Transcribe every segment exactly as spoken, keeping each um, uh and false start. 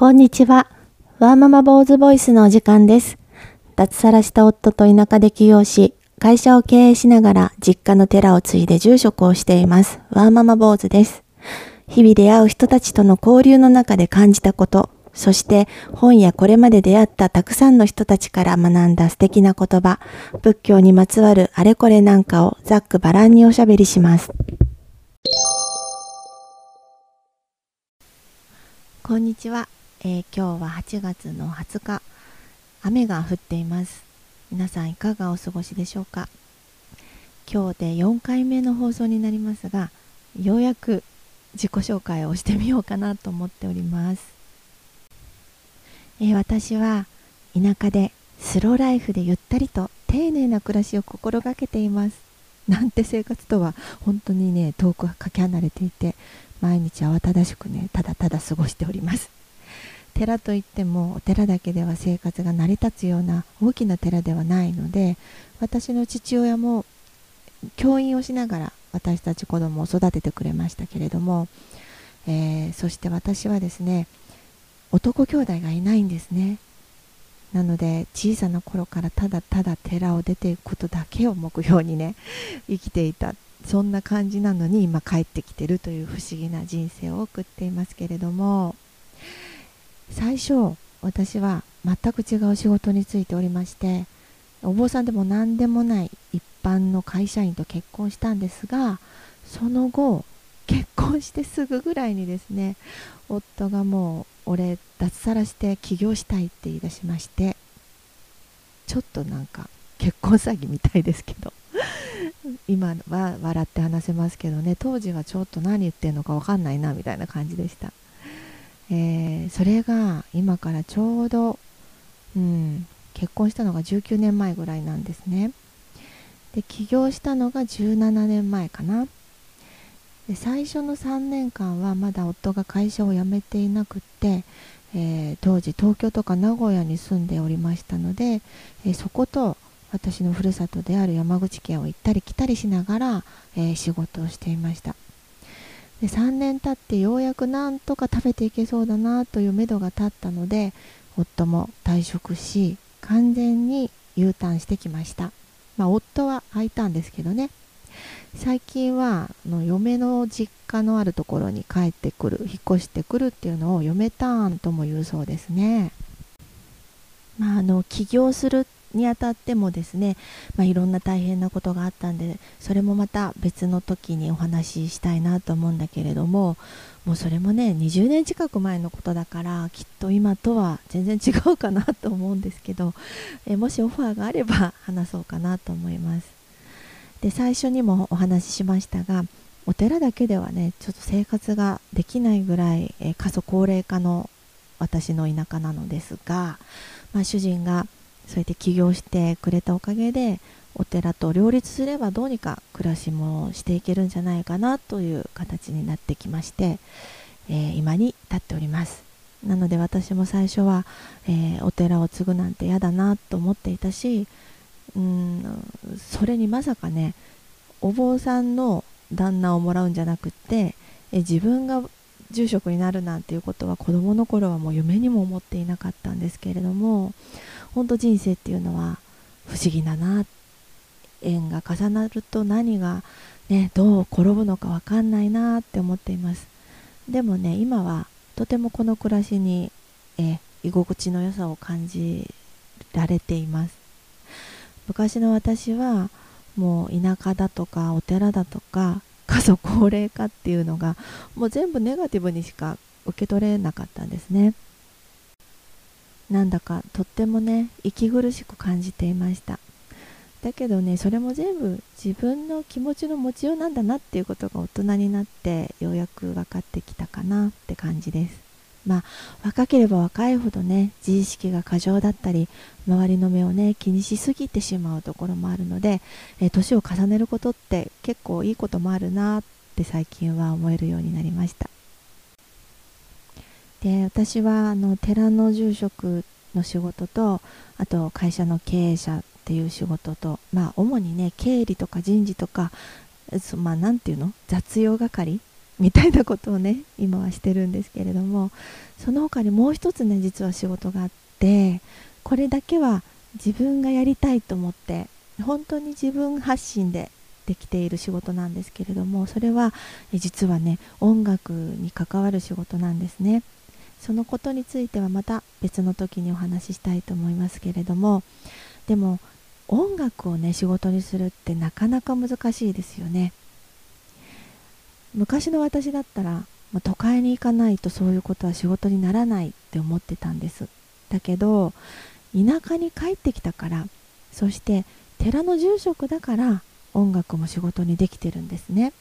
こんにちは。ワーママ坊主ボイスのお時間です。脱サラした夫と田舎で起業し、会社を経営しながら実家の寺を継いで住職をしています。ワーママ坊主です。日々出会う人たちとの交流の中で感じたこと、そして本やこれまで出会ったたくさんの人たちから学んだ素敵な言葉、仏教にまつわるあれこれなんかをざっくばらんにおしゃべりします。こんにちは。えー、今日ははちがつのはつか、雨が降っています。皆さんいかがお過ごしでしょうか。今日でよんかいめの放送になりますが、ようやく自己紹介をしてみようかなと思っております。えー、私は田舎でスローライフでゆったりと丁寧な暮らしを心がけています。なんて生活とは本当にね、遠くかけ離れていて、毎日慌ただしくね、ただただ過ごしております。寺といってもお寺だけでは生活が成り立つような大きな寺ではないので、私の父親も教員をしながら私たち子供を育ててくれましたけれども、えー、そして私はですね、男兄弟がいないんですね。なので小さな頃からただただ寺を出ていくことだけを目標にね生きていた、そんな感じなのに今帰ってきてるという不思議な人生を送っていますけれども、最初私は全く違う仕事に就いておりまして、お坊さんでも何でもない一般の会社員と結婚したんですが、その後結婚してすぐぐらいにですね、夫がもう俺脱サラして起業したいって言い出しまして、ちょっとなんか結婚詐欺みたいですけど今は笑って話せますけどね、当時はちょっと何言ってんのか分かんないなみたいな感じでした。えー、それが今からちょうど、うん、結婚したのがじゅうきゅうねんまえぐらいなんですね。で起業したのがじゅうななねんまえかな。で最初のさんねんかんはまだ夫が会社を辞めていなくって、えー、当時東京とか名古屋に住んでおりましたので、えー、そこと私のふるさとである山口県を行ったり来たりしながら、えー、仕事をしていました。でさんねん経ってようやくなんとか食べていけそうだなという目処が立ったので、夫も退職し完全に U ターンしてきました。まあ夫は空いたんですけどね、最近はの嫁の実家のあるところに帰ってくる、引っ越してくるっていうのを嫁ターンとも言うそうですね。まあ、あの起業するにあたってもですね、まあ、いろんな大変なことがあったんで、それもまた別の時にお話ししたいなと思うんだけれども、もうそれもねにじゅうねん近く前のことだから、きっと今とは全然違うかなと思うんですけど、えもしオファーがあれば話そうかなと思います。で最初にもお話ししましたが、お寺だけではねちょっと生活ができないぐらい、え過疎高齢化の私の田舎なのですが、まあ、主人がそうやって起業してくれたおかげで、お寺と両立すればどうにか暮らしもしていけるんじゃないかなという形になってきまして、えー、今に至っております。なので私も最初は、えー、お寺を継ぐなんて嫌だなと思っていたし、うん、それにまさかね、お坊さんの旦那をもらうんじゃなくって、え自分が住職になるなんていうことは子供の頃はもう夢にも思っていなかったんですけれども、本当人生っていうのは不思議だな、縁が重なると何が、ね、どう転ぶのか分かんないなって思っています。でもね、今はとてもこの暮らしにえ居心地の良さを感じられています。昔の私はもう田舎だとかお寺だとか過疎高齢化っていうのがもう全部ネガティブにしか受け取れなかったんですね。なんだかとってもね息苦しく感じていました。だけどね、それも全部自分の気持ちの持ちようなんだなっていうことが大人になってようやく分かってきたかなって感じです。まあ若ければ若いほどね、自意識が過剰だったり周りの目をね気にしすぎてしまうところもあるので、え年を重ねることって結構いいこともあるなって最近は思えるようになりました。で私はあの寺の住職の仕事と、あと会社の経営者っていう仕事と、まあ主にね経理とか人事とか、そまあなんていうの、雑用係みたいなことをね今はしてるんですけれども、その他にもう一つね実は仕事があって、これだけは自分がやりたいと思って本当に自分発信でできている仕事なんですけれども、それは実はね音楽に関わる仕事なんですね。そのことについてはまた別の時にお話ししたいと思いますけれども、でも音楽をね仕事にするってなかなか難しいですよね。昔の私だったら、まあ、都会に行かないとそういうことは仕事にならないって思ってたんです。だけど田舎に帰ってきたから、そして寺の住職だから音楽も仕事にできてるんですね。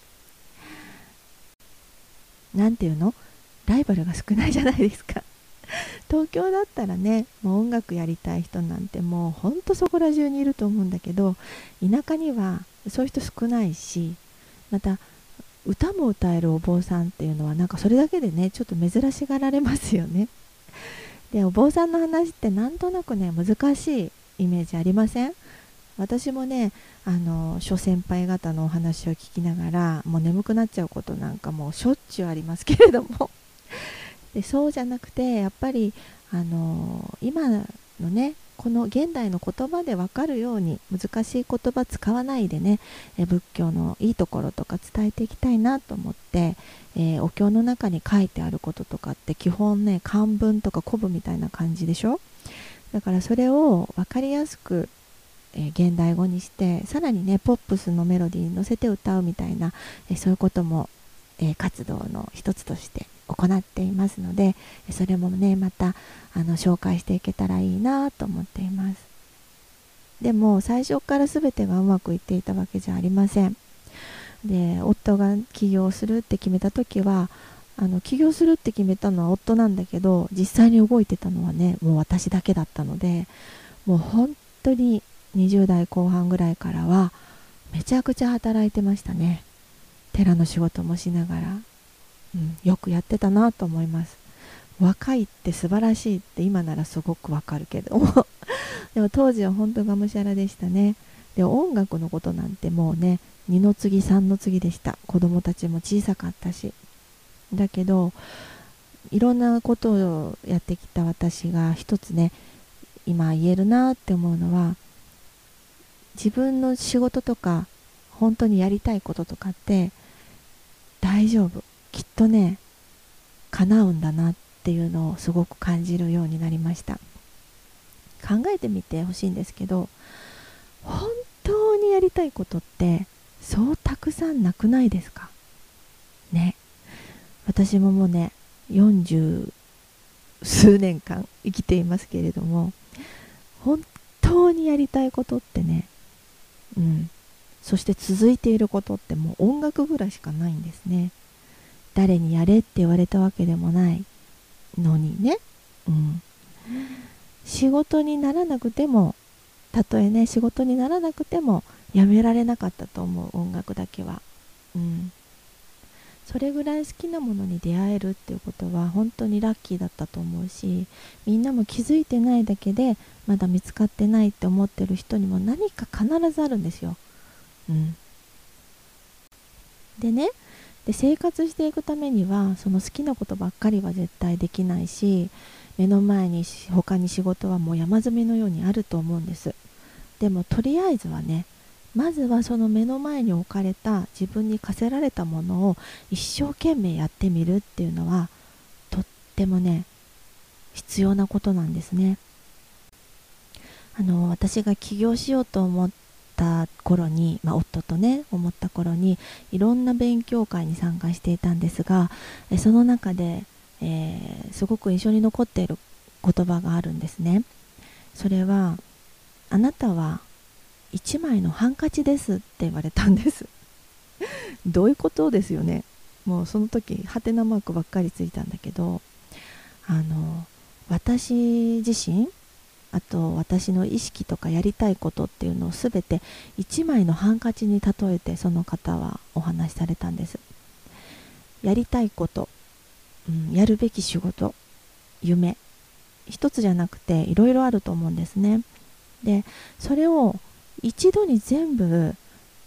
なんていうの、ライバルが少ないじゃないですか。東京だったらね、もう音楽やりたい人なんてもうほんとそこら中にいると思うんだけど、田舎にはそういう人少ないし、また歌も歌えるお坊さんっていうのはなんかそれだけでねちょっと珍しがられますよね。でお坊さんの話ってなんとなくね難しいイメージありません？私もねあの諸先輩方のお話を聞きながらもう眠くなっちゃうことなんかもうしょっちゅうありますけれどもでそうじゃなくてやっぱりあの今のねこの現代の言葉で分かるように難しい言葉使わないでねえ仏教のいいところとか伝えていきたいなと思って、えー、お経の中に書いてあることとかって基本ね漢文とか古文みたいな感じでしょ。だからそれを分かりやすく、えー、現代語にしてさらにねポップスのメロディーに乗せて歌うみたいな、えー、そういうことも、えー、活動の一つとして行っていますので、それもねまたあの紹介していけたらいいなと思っています。でも最初から全てがうまくいっていたわけじゃありません。で夫が起業するって決めた時はあの起業するって決めたのは夫なんだけど、実際に動いてたのはねもう私だけだったので、もう本当ににじゅう代後半ぐらいからはめちゃくちゃ働いてましたね。寺の仕事もしながら、うん、よくやってたなと思います。若いって素晴らしいって今ならすごくわかるけどもでも当時は本当がむしゃらでしたね。で音楽のことなんてもうね二の次三の次でした。子供たちも小さかったし。だけどいろんなことをやってきた私が一つね今言えるなって思うのは、自分の仕事とか本当にやりたいこととかって大丈夫、きっとね叶うんだなっていうのをすごく感じるようになりました。考えてみてほしいんですけど、本当にやりたいことってそうたくさんなくないですかね。私ももうねよんじゅう数年間生きていますけれども、本当にやりたいことってね、うん、そして続いていることってもう音楽ぐらいしかないんですね。誰にやれって言われたわけでもないのにね、うん、仕事にならなくても、たとえね仕事にならなくてもやめられなかったと思う、音楽だけは。うん、それぐらい好きなものに出会えるっていうことは本当にラッキーだったと思うし、みんなも気づいてないだけでまだ見つかってないって思ってる人にも何か必ずあるんですよ。うん、でねで生活していくためにはその好きなことばっかりは絶対できないし、目の前に他に仕事はもう山積みのようにあると思うんです。でもとりあえずはね、まずはその目の前に置かれた自分に課せられたものを一生懸命やってみるっていうのはとってもね必要なことなんですね。あの私が起業しようと思った頃に、まあ、夫とね思った頃にいろんな勉強会に参加していたんですが、えその中で、えー、すごく印象に残っている言葉があるんですね。それはあなたは一枚のハンカチですって言われたんですどういうことですよね。もうその時ハテナマークばっかりついたんだけど、あの私自身、あと私の意識とかやりたいことっていうのをすべて一枚のハンカチに例えてその方はお話しされたんです。やりたいこと、うん、やるべき仕事、夢、一つじゃなくていろいろあると思うんですね。でそれを一度に全部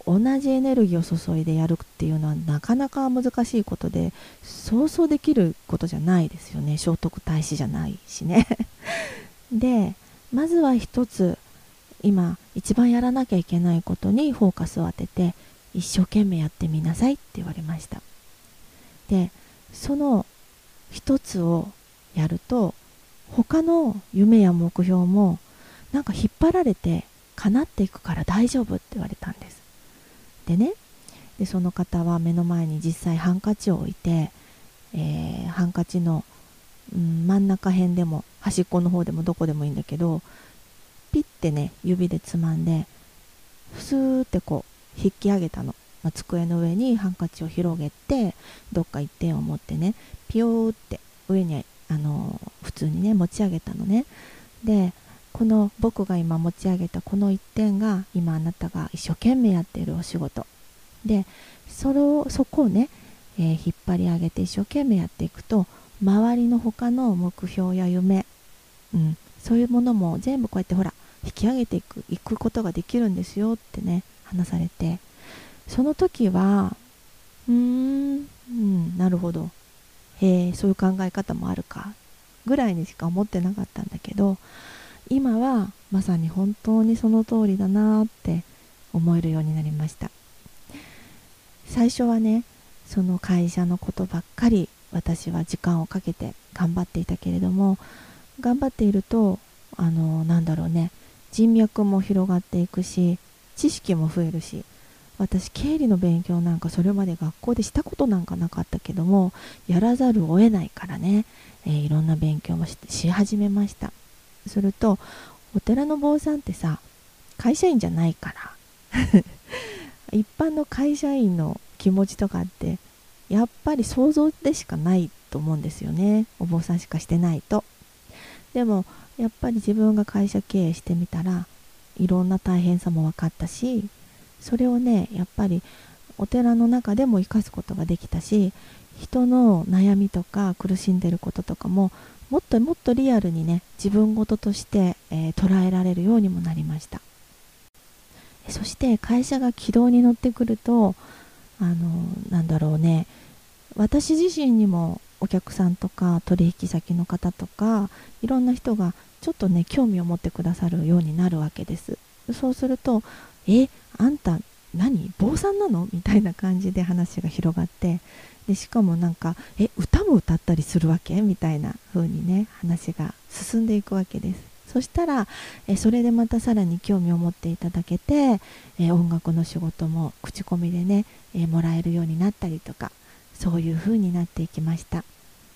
同じエネルギーを注いでやるっていうのはなかなか難しいことで、そうそうできることじゃないですよね。聖徳太子じゃないしねでまずは一つ、今一番やらなきゃいけないことにフォーカスを当てて一生懸命やってみなさいって言われました。でその一つをやると他の夢や目標もなんか引っ張られて叶っていくから大丈夫って言われたんです。でね、でその方は目の前に実際ハンカチを置いて、えー、ハンカチの、うん、真ん中辺でも端っこの方でもどこでもいいんだけど、ピッてね指でつまんでスーってこう引き上げたの、まあ、机の上にハンカチを広げてどっか一点を持ってねピヨーって上にあのー、普通にね持ち上げたのね。でこの僕が今持ち上げたこの一点が今あなたが一生懸命やっているお仕事で、それをそこをね、えー、引っ張り上げて一生懸命やっていくと周りの他の目標や夢、うん、そういうものも全部こうやってほら引き上げていくいくことができるんですよってね話されて、その時はうーん、うん、なるほど、へえそういう考え方もあるかぐらいにしか思ってなかったんだけど、今はまさに本当にその通りだなって思えるようになりました。最初はねその会社のことばっかり私は時間をかけて頑張っていたけれども、頑張っているとあのなんだろうね人脈も広がっていくし知識も増えるし、私経理の勉強なんかそれまで学校でしたことなんかなかったけどもやらざるを得ないからね、えー、いろんな勉強も し, し始めました。するとお寺の坊さんってさ会社員じゃないから一般の会社員の気持ちとかってやっぱり想像でしかないと思うんですよね、お坊さんしかしてないと。でもやっぱり自分が会社経営してみたらいろんな大変さも分かったし、それをねやっぱりお寺の中でも生かすことができたし、人の悩みとか苦しんでることとかももっともっとリアルにね自分事として、えー、捉えられるようにもなりました。そして会社が軌道に乗ってくるとあのなんだろうね、私自身にもお客さんとか取引先の方とかいろんな人がちょっとね興味を持ってくださるようになるわけです。そうするとえあんた何坊さんなのみたいな感じで話が広がって、でしかもなんかえ歌も歌ったりするわけみたいな風にね話が進んでいくわけです。そしたらえそれでまたさらに興味を持っていただけて、え音楽の仕事も口コミでね、えもらえるようになったりとか、そういう風になっていきました。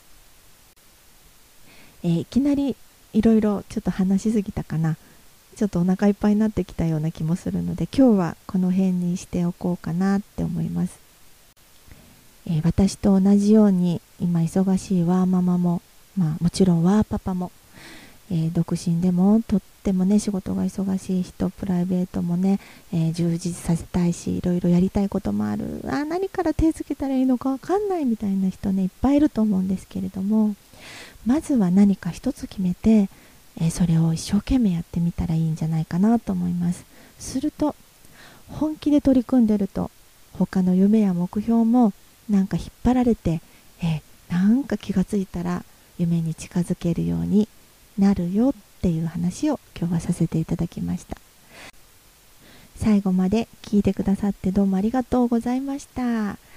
えー、いきなりいろいろちょっと話しすぎたかな。ちょっとお腹いっぱいになってきたような気もするので今日はこの辺にしておこうかなって思います。えー、私と同じように今忙しいワーママも、まあ、もちろんワーパパも、えー、独身でもとってもね仕事が忙しい人、プライベートもね、えー、充実させたいしいろいろやりたいこともある、あ何から手つけたらいいのか分かんないみたいな人ねいっぱいいると思うんですけれども、まずは何か一つ決めて、えー、それを一生懸命やってみたらいいんじゃないかなと思います。すると本気で取り組んでると他の夢や目標もなんか引っ張られて、えー、なんか気がついたら夢に近づけるようになるよっていう話を今日はさせていただきました。最後まで聞いてくださってどうもありがとうございました。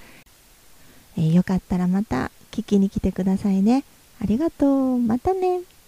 えー、よかったらまた聞きに来てくださいね。ありがとう。またね。